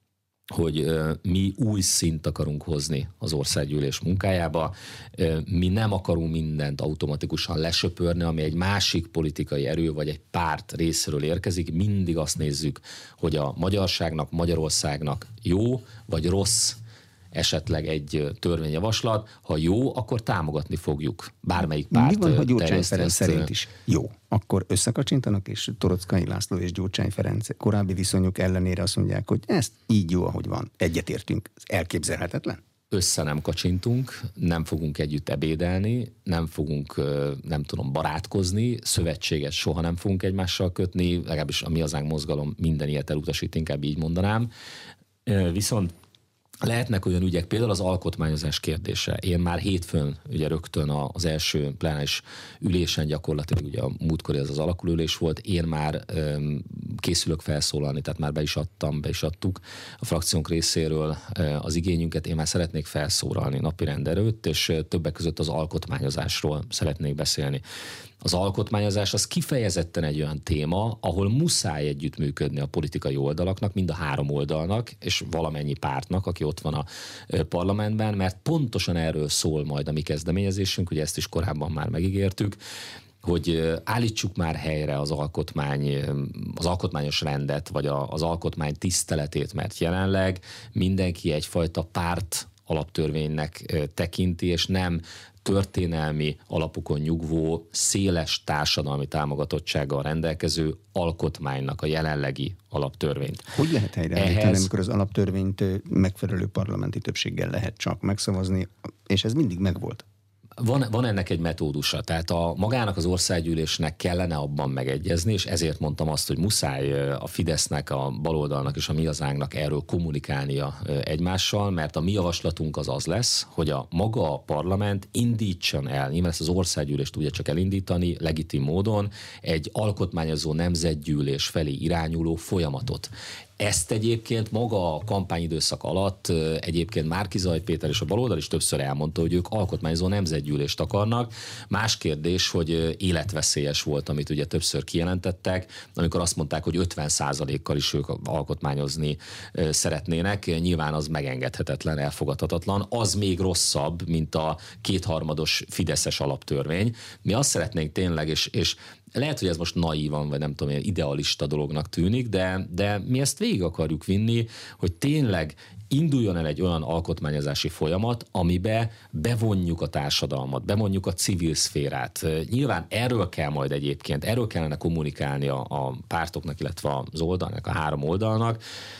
hogy mi új szint akarunk hozni az országgyűlés munkájába. Mi nem akarunk mindent automatikusan lesöpörni, ami egy másik politikai erő vagy egy párt részéről érkezik. Mindig azt nézzük, hogy a magyarságnak, Magyarországnak jó vagy rossz esetleg egy törvényjavaslat. Ha jó, akkor támogatni fogjuk. Bármelyik párt. Mi van, ha Gyurcsány Ferenc szerint is jó? Akkor összekacsintanak, és Toroczkai László és Gyurcsány Ferenc korábbi viszonyok ellenére azt mondják, hogy ezt így jó, ahogy van. Egyetértünk. Ez elképzelhetetlen? Össze nem kacsintunk, nem fogunk együtt ebédelni, nem fogunk, nem tudom, barátkozni, szövetséget soha nem fogunk egymással kötni, legalábbis a Mi Hazánk mozgalom minden ilyet elutasít, inkább így mondanám. Viszont lehetnek olyan ügyek, például az alkotmányozás kérdése. Én már hétfőn ugye rögtön az első plenáris ülésen gyakorlatilag, ugye a múltkori az az alakulülés volt, én már öm, készülök felszólalni, tehát már be is adtam, be is adtuk a frakciónk részéről az igényünket, én már szeretnék felszólalni napirend előtt, és többek között az alkotmányozásról szeretnék beszélni. Az alkotmányozás az kifejezetten egy olyan téma, ahol muszáj együttműködni a politikai oldalaknak, mind a három oldalnak, és valamennyi pártnak, aki ott van a parlamentben, mert pontosan erről szól majd a mi kezdeményezésünk, ugye ezt is korábban már megígértük, hogy állítsuk már helyre az alkotmány, az alkotmányos rendet, vagy az alkotmány tiszteletét, mert jelenleg mindenki egyfajta párt alaptörvénynek tekinti, és nem történelmi alapokon nyugvó, széles társadalmi támogatottsággal rendelkező alkotmánynak a jelenlegi alaptörvényt. Hogy lehet helyreállítani, Ehhez... amikor az alaptörvényt megfelelő parlamenti többséggel lehet csak megszavazni, és ez mindig megvolt? Van, van ennek egy metódusa, tehát a magának az országgyűlésnek kellene abban megegyezni, és ezért mondtam azt, hogy muszáj a Fidesznek, a baloldalnak és a Mi Hazánknak erről kommunikálnia egymással, mert a mi javaslatunk az az lesz, hogy a maga a parlament indítson el, nyilván ezt az országgyűlést tudja csak elindítani legitim módon, egy alkotmányozó nemzetgyűlés felé irányuló folyamatot. Ezt egyébként maga a kampányidőszak alatt egyébként Márki-Zay Péter és a baloldal is többször elmondta, hogy ők alkotmányozó nemzetgyűlést akarnak. Más kérdés, hogy életveszélyes volt, amit ugye többször kijelentettek, amikor azt mondták, hogy ötven százalékkal is ők alkotmányozni szeretnének. Nyilván az megengedhetetlen, elfogadhatatlan. Az még rosszabb, mint a kétharmados fideszes alaptörvény. Mi azt szeretnénk tényleg, és, és lehet, hogy ez most naívan, vagy nem tudom, ilyen idealista dolognak tűnik, de, de mi ezt végig akarjuk vinni, hogy tényleg induljon el egy olyan alkotmányozási folyamat, amibe bevonjuk a társadalmat, bevonjuk a civil szférát. Nyilván erről kell majd egyébként, erről kellene kommunikálni a, a pártoknak, illetve az oldalnak, a három oldalnak,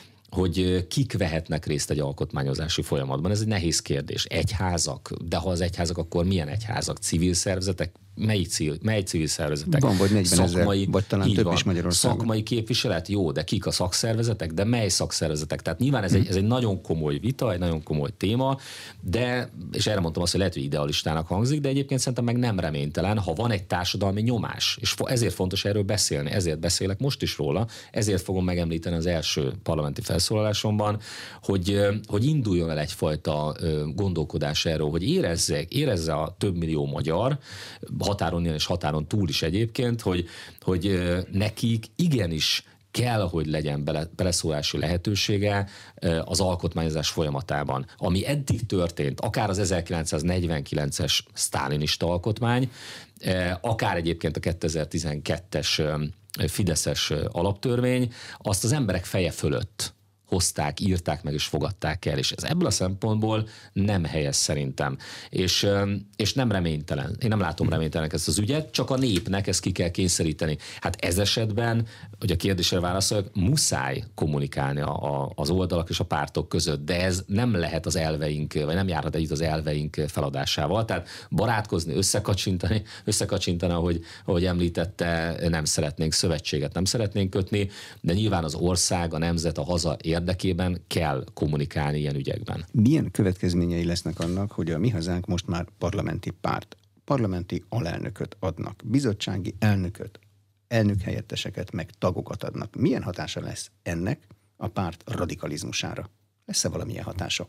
hogy kik vehetnek részt egy alkotmányozási folyamatban. Ez egy nehéz kérdés. Egyházak, de ha az egyházak, akkor milyen egyházak? Civil szervezetek? melyik civil, mely civil szervezetek? Van vagy negyvenezer, vagy talán több is Magyarországon. Szakmai képviselet, jó, de kik a szakszervezetek, de mely szakszervezetek? Tehát nyilván ez, hmm. egy, ez egy nagyon komoly vita, egy nagyon komoly téma, de, és erre mondtam azt, hogy lehet, hogy idealistának hangzik, de egyébként szerintem meg nem reménytelen, ha van egy társadalmi nyomás, és ezért fontos erről beszélni, ezért beszélek most is róla, ezért fogom megemlíteni az első parlamenti felszólalásomban, hogy, hogy induljon el egyfajta gondolkodás erről, hogy érezze, érezze a több millió magyar, határon és határon túl is egyébként, hogy, hogy nekik igenis kell, hogy legyen bele, beleszólási lehetősége az alkotmányozás folyamatában. Ami eddig történt, akár az ezerkilencszáznegyvenkilences sztálinista alkotmány, akár egyébként a kétezer-tizenkettes fideszes alaptörvény, azt az emberek feje fölött hozták, írták meg és fogadták el, és ez ebből a szempontból nem helyes szerintem. És, és nem reménytelen. Én nem látom reménytelenek ezt az ügyet, csak a népnek ezt ki kell kényszeríteni. Hát ez esetben, hogy a kérdésre válaszoljak, muszáj kommunikálni a, a, az oldalak és a pártok között, de ez nem lehet az elveink, vagy nem járhat együtt az elveink feladásával. Tehát barátkozni, összekacsintani, összekacsintani, ahogy, ahogy említette, nem szeretnénk szövetséget, nem szeretnénk kötni, de nyilván az ország, a nemzet, a haza érdekében kell kommunikálni ilyen ügyekben. Milyen következményei lesznek annak, hogy a Mi Hazánk most már parlamenti párt, parlamenti alelnököt adnak, bizottsági elnököt, elnökhelyetteseket, meg tagokat adnak? Milyen hatása lesz ennek a párt radikalizmusára? Lesz-e valamilyen hatása?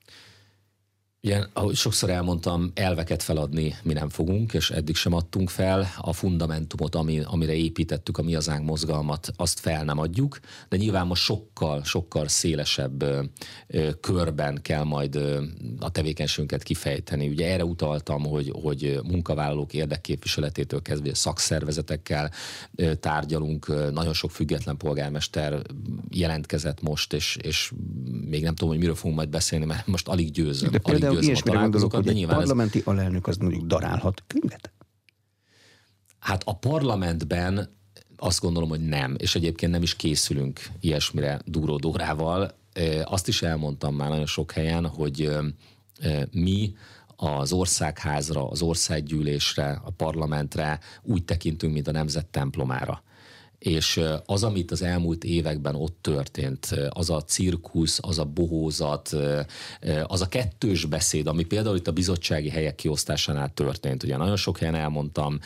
Igen, ahogy sokszor elmondtam, elveket feladni mi nem fogunk, és eddig sem adtunk fel. A fundamentumot, ami, amire építettük a Mi Hazánk mozgalmat, azt fel nem adjuk, de nyilván most sokkal, sokkal szélesebb ö, ö, körben kell majd ö, a tevékenységünket kifejteni. Ugye erre utaltam, hogy, hogy munkavállalók érdekképviseletétől kezdve szakszervezetekkel ö, tárgyalunk. Nagyon sok független polgármester jelentkezett most, és, és még nem tudom, hogy miről fogunk majd beszélni, mert most alig győzöm. De alig ilyesmire gondolok, hogy egy parlamenti ez... alelnök az mondjuk darálhat könyvet? Hát a parlamentben azt gondolom, hogy nem, és egyébként nem is készülünk ilyesmire Dúró Dórával. Azt is elmondtam már nagyon sok helyen, hogy mi az országházra, az országgyűlésre, a parlamentre úgy tekintünk, mint a nemzet templomára. És az, amit az elmúlt években ott történt, az a cirkusz, az a bohózat, az a kettős beszéd, ami például itt a bizottsági helyek kiosztásánál történt. Ugye nagyon sok helyen elmondtam,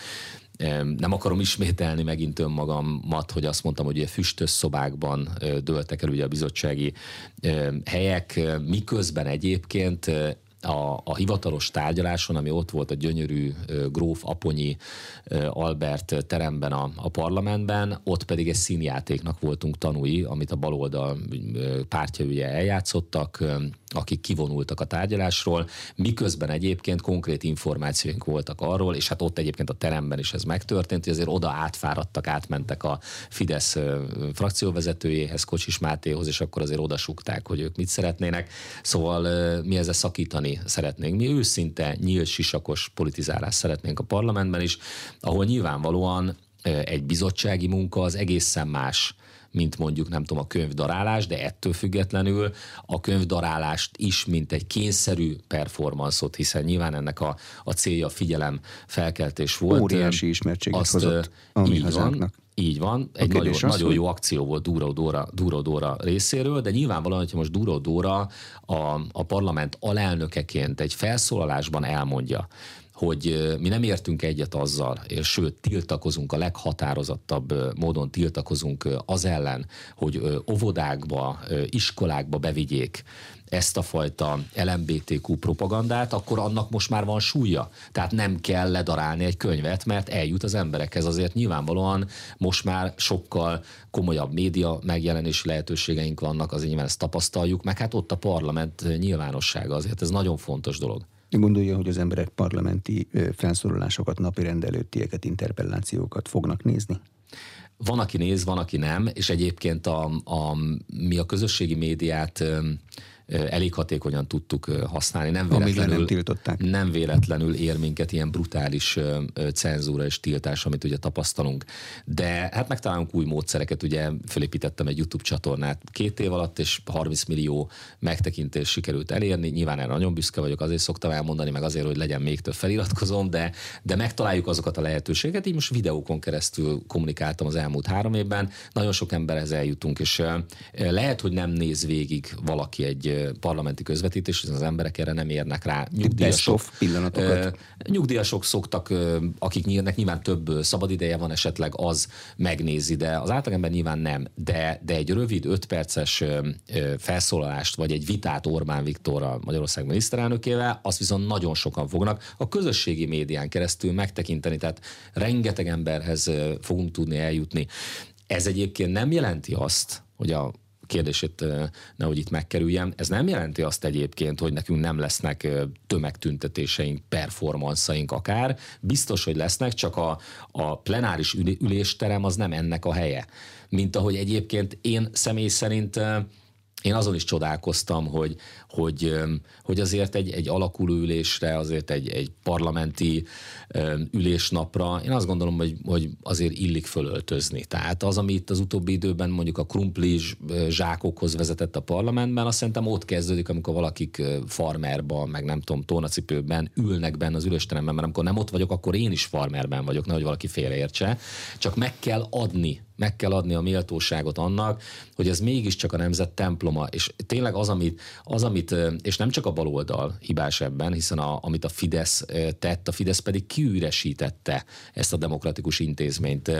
nem akarom ismételni megint önmagamat, hogy azt mondtam, hogy ugye füstös szobákban dőltek el ugye a bizottsági helyek, miközben egyébként A, a hivatalos tárgyaláson, ami ott volt a gyönyörű uh, gróf Aponyi uh, Albert teremben a, a parlamentben, ott pedig egy színjátéknak voltunk tanúi, amit a baloldal uh, pártja ugye eljátszottak, uh, akik kivonultak a tárgyalásról, miközben egyébként konkrét információink voltak arról, és hát ott egyébként a teremben is ez megtörtént, hogy azért oda átfáradtak, átmentek a Fidesz uh, frakcióvezetőjéhez, Kocsis Mátéhoz, és akkor azért odasugták, hogy ők mit szeretnének. Szóval uh, mi ezzel szakítani szeretnénk. Mi őszinte, nyílt, sisakos politizálást szeretnénk a parlamentben is, ahol nyilvánvalóan egy bizottsági munka az egészen más, mint mondjuk nem tudom a könyvdarálás, de ettől függetlenül a könyvdarálást is, mint egy kényszerű performanszot, hiszen nyilván ennek a, a célja a figyelem felkeltés volt. Óriási ismertséget azt, hozott a Mi Hazánknak. Így van, egy nagyon, az, nagyon jó akció volt Dúró Dóra, Dúró Dóra részéről, de nyilvánvalóan, hogyha most Dúró Dóra a, a parlament alelnökeként egy felszólalásban elmondja, hogy mi nem értünk egyet azzal, és sőt tiltakozunk, a leghatározottabb módon tiltakozunk az ellen, hogy óvodákba, iskolákba bevigyék ezt a fajta el em bé té kú propagandát, akkor annak most már van súlya. Tehát nem kell ledarálni egy könyvet, mert eljut az emberekhez. Azért nyilvánvalóan most már sokkal komolyabb média megjelenési lehetőségeink vannak, azért nyilván ezt tapasztaljuk, meg hát ott a parlament nyilvánossága, azért ez nagyon fontos dolog. Gondolja, hogy az emberek parlamenti felszólalásokat, napi előttieket, interpellációkat fognak nézni? Van, aki néz, van, aki nem, és egyébként a, a, mi a közösségi médiát elég hatékonyan tudtuk használni. Nem véletlenül, nem tiltották. Nem véletlenül ér minket ilyen brutális cenzúra és tiltás, amit ugye tapasztalunk. De hát megtalálunk új módszereket, ugye felépítettem egy YouTube csatornát két év alatt, és harminc millió megtekintést sikerült elérni. Nyilván erre nagyon büszke vagyok, azért szoktam elmondani, meg azért, hogy legyen még több feliratkozom, de, de megtaláljuk azokat a lehetőségeket. Így most videókon keresztül kommunikáltam az elmúlt három évben. Nagyon sok emberhez eljutunk, és lehet, hogy nem néz végig valaki egy parlamenti közvetítést, az emberek erre nem érnek rá. Nyugdíjasok, pillanatokat. Nyugdíjasok szoktak, akiknek nyilván több szabadideje van, esetleg az megnézi, de az átlagember nyilván nem. De, de egy rövid, öt perces felszólalást, vagy egy vitát Orbán Viktorral, Magyarország miniszterelnökével, azt viszont nagyon sokan fognak a közösségi médián keresztül megtekinteni, tehát rengeteg emberhez fogunk tudni eljutni. Ez egyébként nem jelenti azt, hogy a kérdését nehogy itt megkerüljem, ez nem jelenti azt egyébként, hogy nekünk nem lesznek tömegtüntetéseink, performanszaink akár. Biztos, hogy lesznek, csak a, a plenáris ülésterem az nem ennek a helye. Mint ahogy egyébként én személy szerint én azon is csodálkoztam, hogy, hogy, hogy azért egy, egy alakuló ülésre, azért egy, egy parlamenti ülésnapra, én azt gondolom, hogy, hogy azért illik fölöltözni. Tehát az, ami itt az utóbbi időben mondjuk a krumplis zsákokhoz vezetett a parlamentben, azt szerintem ott kezdődik, amikor valakik farmerban, meg nem tudom, tornacipőben ülnek benne az ülésteremben, mert amikor nem ott vagyok, akkor én is farmerben vagyok, nehogy valaki félreértse. Csak meg kell adni meg kell adni a méltóságot annak, hogy ez mégiscsak a nemzet temploma, és tényleg az, amit, az, amit és nem csak a baloldal hibás ebben, hiszen a, amit a Fidesz tett, a Fidesz pedig kiüresítette ezt a demokratikus intézményt.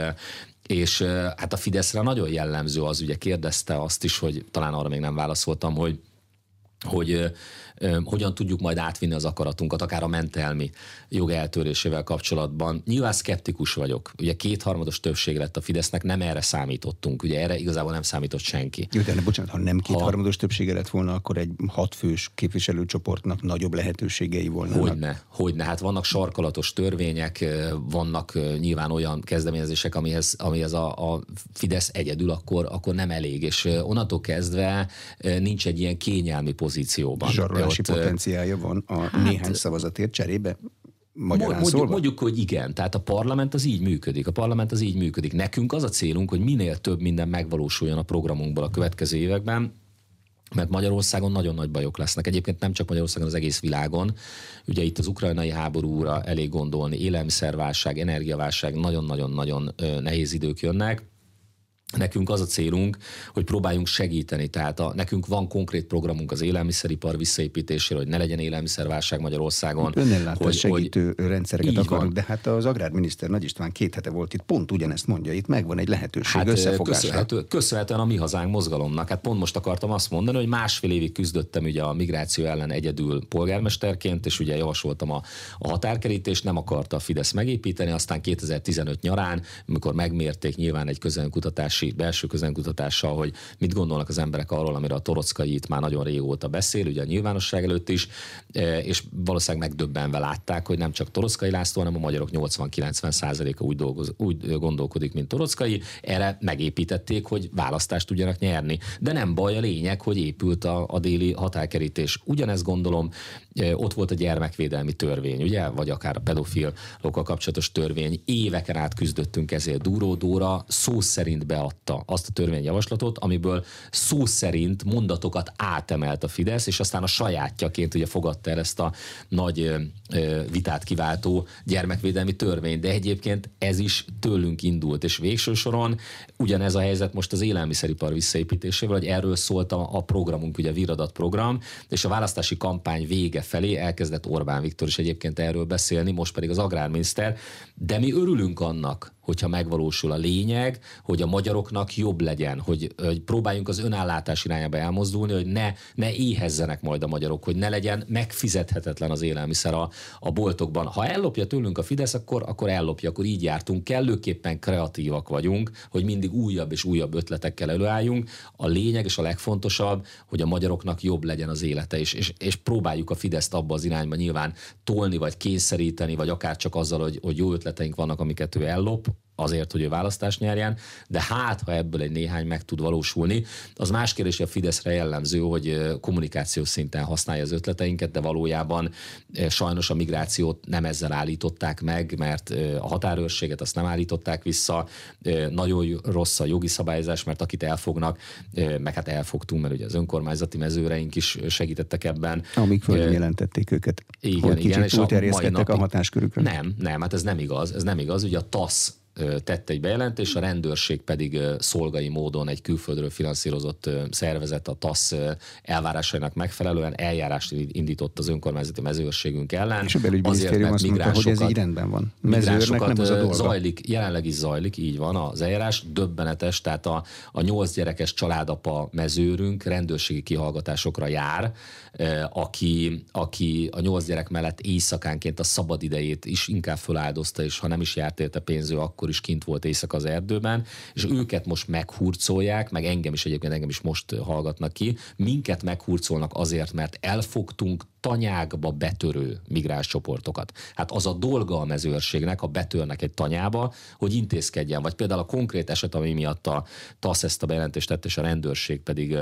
És hát a Fideszre nagyon jellemző az, ugye kérdezte azt is, hogy talán arra még nem válaszoltam, hogy hogy ö, ö, hogyan tudjuk majd átvinni az akaratunkat, akár a mentelmi jog eltörésével kapcsolatban. Nyilván szkeptikus vagyok. Ugye kétharmados többség lett a Fidesznek, nem erre számítottunk. Ugye erre igazából nem számított senki. Jó, de ne, bocsánat, ha nem kétharmados ha... többsége lett volna, akkor egy hatfős képviselőcsoportnak nagyobb lehetőségei volnának. Hogyne, hogyne. Hát vannak sarkalatos törvények, vannak nyilván olyan kezdeményezések, amihez, amihez a, a Fidesz egyedül akkor, akkor nem elég. És onnantól kezdve nincs egy ilyen kényelmi pozícióban. Zsarolási ott, potenciálja van a hát, néhány szavazatért cserébe? Magyarán mondjuk, szólva? Mondjuk, hogy igen. Tehát a parlament az így működik. A parlament az így működik. Nekünk az a célunk, hogy minél több minden megvalósuljon a programunkból a következő években, mert Magyarországon nagyon nagy bajok lesznek. Egyébként nem csak Magyarországon, az egész világon. Ugye itt az ukrajnai háborúra elég gondolni, élelmiszerválság, energiaválság, nagyon-nagyon-nagyon nehéz idők jönnek. Nekünk az a célunk, hogy próbáljunk segíteni, tehát a, nekünk van konkrét programunk az élelmiszeripar visszaépítésére, hogy ne legyen élelmiszerválság Magyarországon. Önnél látta, hogy segítő hogy rendszereket akarunk, de hát az agrárminiszter Nagy István két hete volt itt, pont ugyanezt mondja, itt megvan egy lehetőség hát, összefogásra. Köszönhető, köszönhetően a Mi Hazánk mozgalomnak. Hát pont most akartam azt mondani, hogy másfél évig küzdöttem ugye a migráció ellen egyedül polgármesterként, és ugye javasoltam a, a határkerítést, nem akarta a Fidesz megépíteni, aztán kétezer-tizenöt nyarán, amikor megmérték nyilván egy közönkutatás belső közönkutatással, hogy mit gondolnak az emberek arról, amire a Torockai itt már nagyon régóta beszél, ugye a nyilvánosság előtt is, és valószínűleg megdöbbenve látták, hogy nem csak Torockai László, hanem a magyarok nyolcvan-kilencven százaléka úgy, dolgoz, úgy gondolkodik, mint Torockai. Erre megépítették, hogy választást tudjanak nyerni. De nem baj, a lényeg, hogy épült a, a déli határkerítés. Ugyanezt gondolom, ott volt a gyermekvédelmi törvény, ugye, vagy akár a pedofilokkal kapcsolatos törvény. Éveken át küzdöttünk ezért. Dúró Dóra szó szerint beadta azt a törvényjavaslatot, amiből szó szerint mondatokat átemelt a Fidesz, és aztán a sajátjaként ugye fogadta el ezt a nagy ö, ö, vitát kiváltó gyermekvédelmi törvényt, de egyébként ez is tőlünk indult, és végső soron ugyanez a helyzet most az élelmiszeripar visszaépítésével, hogy erről szólt a, a programunk, ugye a Viradat program, és a választási kampány vége felé elkezdett Orbán Viktor is egyébként erről beszélni, most pedig az agrárminiszter, de mi örülünk annak, hogyha megvalósul a lényeg, hogy a magyaroknak jobb legyen, hogy, hogy próbáljunk az önállátás irányába elmozdulni, hogy ne, ne éhezzenek majd a magyarok, hogy ne legyen megfizethetetlen az élelmiszer a, a boltokban. Ha ellopja tőlünk a Fidesz, akkor, akkor ellopja, akkor így jártunk. Kellőképpen kreatívak vagyunk, hogy mindig újabb és újabb ötletekkel előálljunk. A lényeg és a legfontosabb, hogy a magyaroknak jobb legyen az élete, és, és, és próbáljuk a Fideszt abba az irányba nyilván tolni, vagy kényszeríteni, vagy akár csak azzal, hogy, hogy jó ötleteink vannak, amiket ő ellop, azért, hogy ő választást nyerjen, de hát, ha ebből egy néhány meg tud valósulni, az más kérdés, hogy a Fideszre jellemző, hogy kommunikációs szinten használja az ötleteinket, de valójában sajnos a migrációt nem ezzel állították meg, mert a határőrséget azt nem állították vissza, nagyon rossz a jogi szabályozás, mert akit elfognak, meg hát elfogtunk, mert ugye az önkormányzati mezőreink is segítettek ebben. Amíg földön jelentették őket. Igen, igen. És túlterjeszkedtek a, a hatáskörükre. Nem, nem, hát ez nem igaz, ez nem igaz. Ugye a TASZ tett egy bejelentést, a rendőrség pedig szolgai módon egy külföldről finanszírozott szervezet a TASZ elvárásainak megfelelően eljárást indított az önkormányzati mezőrségünk ellen. És a belügyminisztérium azt mondta, hogy ez így rendben van. Mezőrnek nem az a dolga. Zajlik, jelenleg is zajlik, így van az eljárás, döbbenetes, tehát a, a nyolc gyerekes családapa mezőrünk rendőrségi kihallgatásokra jár, aki, aki a nyolc gyerek mellett éjszakánként a szabadidejét is inkább feláldozta, és ha nem is járt érte pénző, akkor is kint volt éjszaka az erdőben, és őket most meghurcolják, meg engem is egyébként, engem is most hallgatnak ki, minket meghurcolnak azért, mert elfogtunk tanyákba betörő migráns csoportokat. Hát az a dolga a mezőrségnek, ha betörnek egy tanyába, hogy intézkedjen. Vagy például a konkrét eset, ami miatt a TASZ ezt a bejelentést tett, és a rendőrség pedig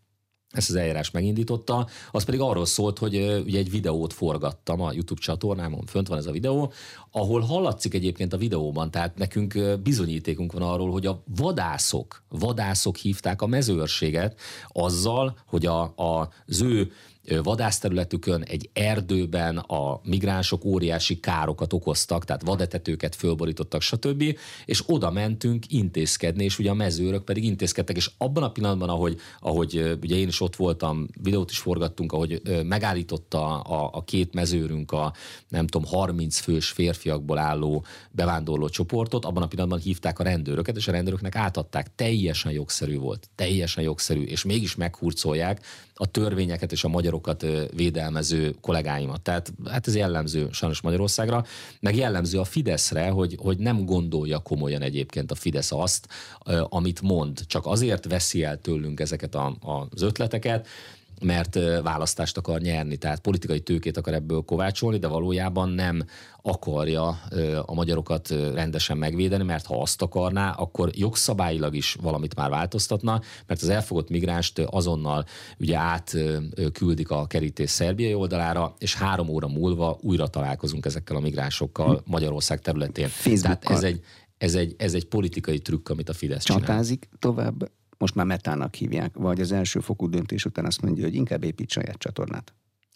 ezt az eljárás megindította, az pedig arról szólt, hogy ugye egy videót forgattam a YouTube csatornámon, fönt van ez a videó, ahol hallatszik egyébként a videóban, tehát nekünk bizonyítékunk van arról, hogy a vadászok, vadászok hívták a mezőrséget azzal, hogy a, a, az ő vadászterületükön, egy erdőben a migránsok óriási károkat okoztak, tehát vadetetőket fölborítottak, stb. És oda mentünk intézkedni, és ugye a mezőrök pedig intézkedtek, és abban a pillanatban, ahogy, ahogy ugye én is ott voltam, videót is forgattunk, ahogy megállította a, a két mezőrünk a nem tudom, harminc fős férfiakból álló bevándorló csoportot, abban a pillanatban hívták a rendőröket, és a rendőröknek átadták. Teljesen jogszerű volt. Teljesen jogszerű, és mégis meghurcolják a törvényeket és a magyarokat védelmező kollégáimat. Tehát hát ez jellemző sajnos Magyarországra, meg jellemző a Fideszre, hogy, hogy nem gondolja komolyan egyébként a Fidesz azt, amit mond. Csak azért veszi el tőlünk ezeket a, az ötleteket, mert választást akar nyerni, tehát politikai tőkét akar ebből kovácsolni, de valójában nem akarja a magyarokat rendesen megvédeni, mert ha azt akarná, akkor jogszabályilag is valamit már változtatna, mert az elfogott migránst azonnal ugye átküldik a kerítés szerbiai oldalára, és három óra múlva újra találkozunk ezekkel a migránsokkal Magyarország területén. Tehát ez egy, ez, egy, ez egy politikai trükk, amit a Fidesz csinál. Csatázik tovább? Most már metának hívják, vagy az elsőfokú döntés után azt mondja, hogy inkább épít saját csatornát?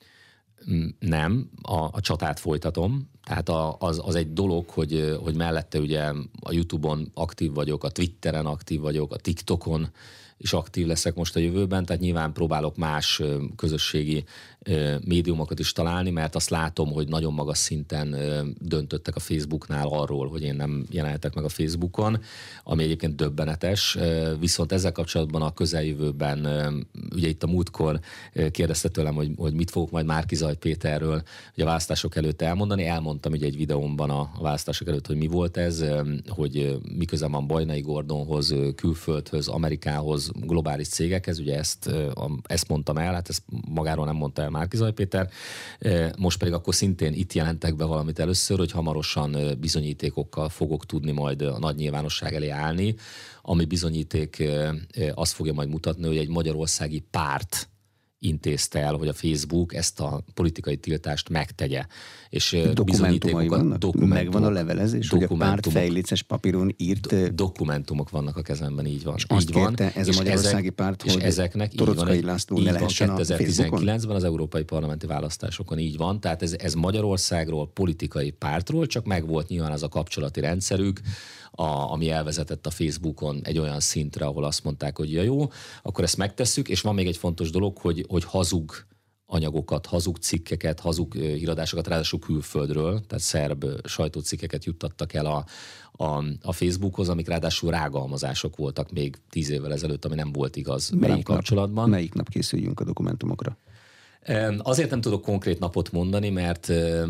Nem, a, a csatát folytatom. Tehát a, az, az egy dolog, hogy, hogy mellette ugye a YouTube-on aktív vagyok, a Twitteren aktív vagyok, a TikTokon is aktív leszek most a jövőben, tehát nyilván próbálok más közösségi médiumokat is találni, mert azt látom, hogy nagyon magas szinten döntöttek a Facebooknál arról, hogy én nem jelenhetek meg a Facebookon, ami egyébként döbbenetes, viszont ezzel kapcsolatban a közeljövőben, ugye itt a múltkor kérdezte tőlem, hogy, hogy mit fogok majd Márki-Zay Péterről ugye a választások előtt elmondani, elmondtam ugye egy videómban a választások előtt, hogy mi volt ez, hogy miközben van Bajnai Gordonhoz, külföldhöz, Amerikához, globális cégekhez, ugye ezt, ezt mondtam el, hát ezt magáról nem mondta el Márki-Zay Péter, most pedig akkor szintén itt jelentek be valamit először, hogy hamarosan bizonyítékokkal fogok tudni majd a nagy nyilvánosság elé állni, ami bizonyíték azt fogja majd mutatni, hogy egy magyarországi párt intézte el, hogy a Facebook ezt a politikai tiltást megtegye. És dokumentumai vannak? Dokumentumok, megvan a levelezés, hogy a párt fejléces papíron írt... Do- dokumentumok vannak a kezemben, így van. És azt így van. kérte ez és a magyarországi ezek, párt, és hogy ezeknek, Toroczkai László ne lehessen a kétezer-tizenkilencben az európai parlamenti választásokon így van. Tehát ez, ez Magyarországról, politikai pártról, csak megvolt nyilván az a kapcsolati rendszerük, A, ami elvezetett a Facebookon egy olyan szintre, ahol azt mondták, hogy ja, jó, akkor ezt megtesszük, és van még egy fontos dolog, hogy, hogy hazug anyagokat, hazug cikkeket, hazug híradásokat, ráadásul külföldről, tehát szerb sajtócikkeket juttattak el a, a, a Facebookhoz, amik ráadásul rágalmazások voltak még tíz évvel ezelőtt, ami nem volt igaz velem kapcsolatban. Melyik nap készüljünk a dokumentumokra? Azért nem tudok konkrét napot mondani, mert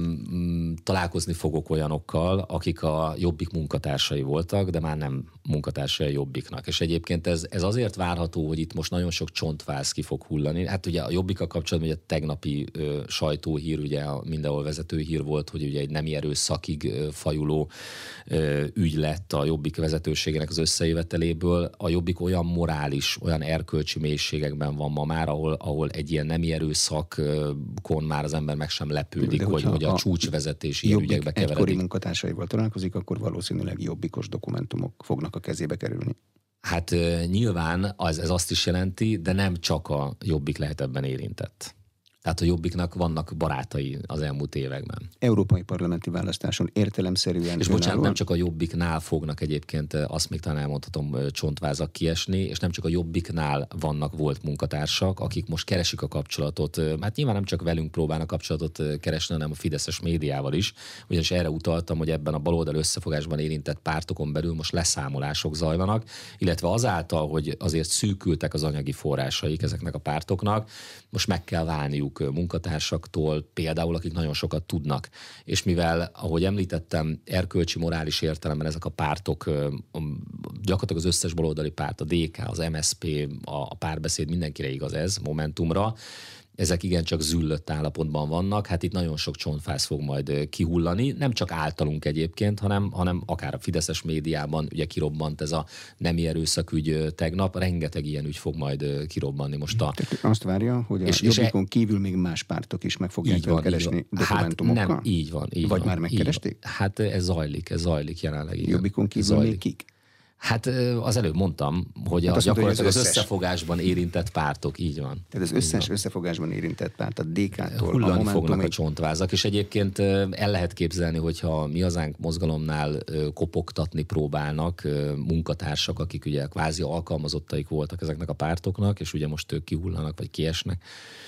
találkozni fogok olyanokkal, akik a Jobbik munkatársai voltak, de már nem munkatársai a Jobbiknak. És egyébként ez, ez azért várható, hogy itt most nagyon sok csontváz ki fog hullani. Hát ugye a Jobbikkal kapcsolatban ugye a tegnapi ö, sajtóhír, ugye mindenhol vezető hír volt, hogy ugye egy nemi erőszakig ö, fajuló ö, ügy lett a Jobbik vezetőségének az összejöveteléből. A Jobbik olyan morális, olyan erkölcsi mélységekben van ma már, ahol, ahol egy ilyen nemi erőszakon már az ember meg sem lepődik, hogy, hogy a, a csúcsvezetési ilyen ügyekbe keveredik. Egykori munkatársaival találkozik, akkor valószínűleg jobbikos dokumentumok fognak a kezébe kerülni. Hát nyilván az, ez azt is jelenti, de nem csak a Jobbik lehet ebben érintett. Tehát a Jobbiknak vannak barátai az elmúlt években. Európai parlamenti választáson értelemszerűen... És bocsánat, nem csak a Jobbiknál fognak egyébként, azt még talán elmondhatom, csontvázak kiesni, és nem csak a Jobbiknál vannak volt munkatársak, akik most keresik a kapcsolatot. Hát nyilván nem csak velünk próbálnak kapcsolatot keresni, hanem a fideszes médiával is. Ugyanis erre utaltam, hogy ebben a baloldal összefogásban érintett pártokon belül most leszámolások zajlanak, illetve azáltal, hogy azért szűkültek az anyagi forrásaik ezeknek a pártoknak, most meg kell válniuk munkatársaktól, például akik nagyon sokat tudnak. És mivel, ahogy említettem, erkölcsi, morális értelemben ezek a pártok, gyakorlatilag az összes baloldali párt, a dé ká, az em es zé pé, a Párbeszéd, mindenkire igaz ez, Momentumra, ezek igencsak züllött állapotban vannak, hát itt nagyon sok csontváz fog majd kihullani, nem csak általunk egyébként, hanem, hanem akár a fideszes médiában, ugye kirobbant ez a nemi erőszakügy tegnap, rengeteg ilyen ügy fog majd kirobbanni most a... Tehát azt várja, hogy a és, Jobbikon és kívül még más pártok is meg fogják van, keresni dokumentumokkal? Hát nem, így van. Így Vagy van, már megkeresték? Hát ez zajlik, ez zajlik jelenleg. Igen. Jobbikon kívül még kik? Hát az előbb mondtam, hogy hát a gyakorlatilag az, az összefogásban érintett pártok, így van. Tehát az összes összefogásban érintett párt, a dé ká-tól, hullani a Momentumig... fognak a csontvázak, és egyébként el lehet képzelni, hogyha Mi Hazánk mozgalomnál kopogtatni próbálnak munkatársak, akik ugye kvázi alkalmazottaik voltak ezeknek a pártoknak, és ugye most ők kihullanak, vagy kiesnek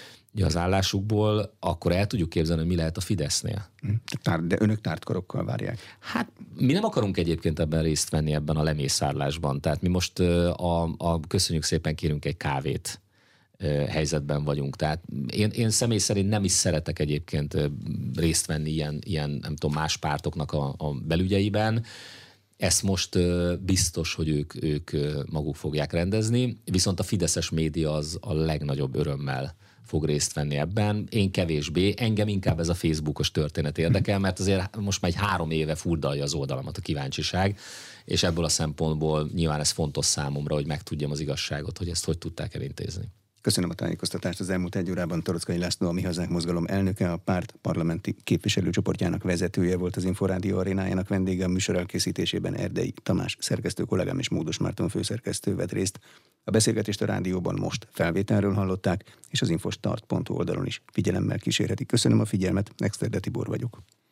az állásukból, akkor el tudjuk képzelni, hogy mi lehet a Fidesznél. De önök tártkorokkal várják. Hát mi nem akarunk egyébként ebben részt venni, ebben a lemészárlásban. Tehát mi most a, a köszönjük szépen, kérünk egy kávét helyzetben vagyunk. Tehát én, én személy szerint nem is szeretek egyébként részt venni ilyen, ilyen nem tudom, más pártoknak a, a belügyeiben. Ezt most biztos, hogy ők, ők maguk fogják rendezni, viszont a fideszes média az a legnagyobb örömmel fog részt venni ebben. Én kevésbé, engem inkább ez a Facebookos történet érdekel, mert azért most már egy három éve furdalja az oldalamat a kíváncsiság, és ebből a szempontból nyilván ez fontos számomra, hogy megtudjam az igazságot, hogy ezt hogy tudták elintézni. Köszönöm a tájékoztatást. Az elmúlt egy órában Toroczkai László, a Mi Hazánk mozgalom elnöke, a párt parlamenti képviselőcsoportjának vezetője volt, az Inforádió arénájának vendége. A műsor elkészítésében Erdei Tamás szerkesztő kollégám és Módos Márton főszerkesztő vett részt. A beszélgetést a rádióban most felvételről hallották, és az infostart pont hu oldalon is figyelemmel kísérhetik. Köszönöm a figyelmet, Exterde Tibor vagyok.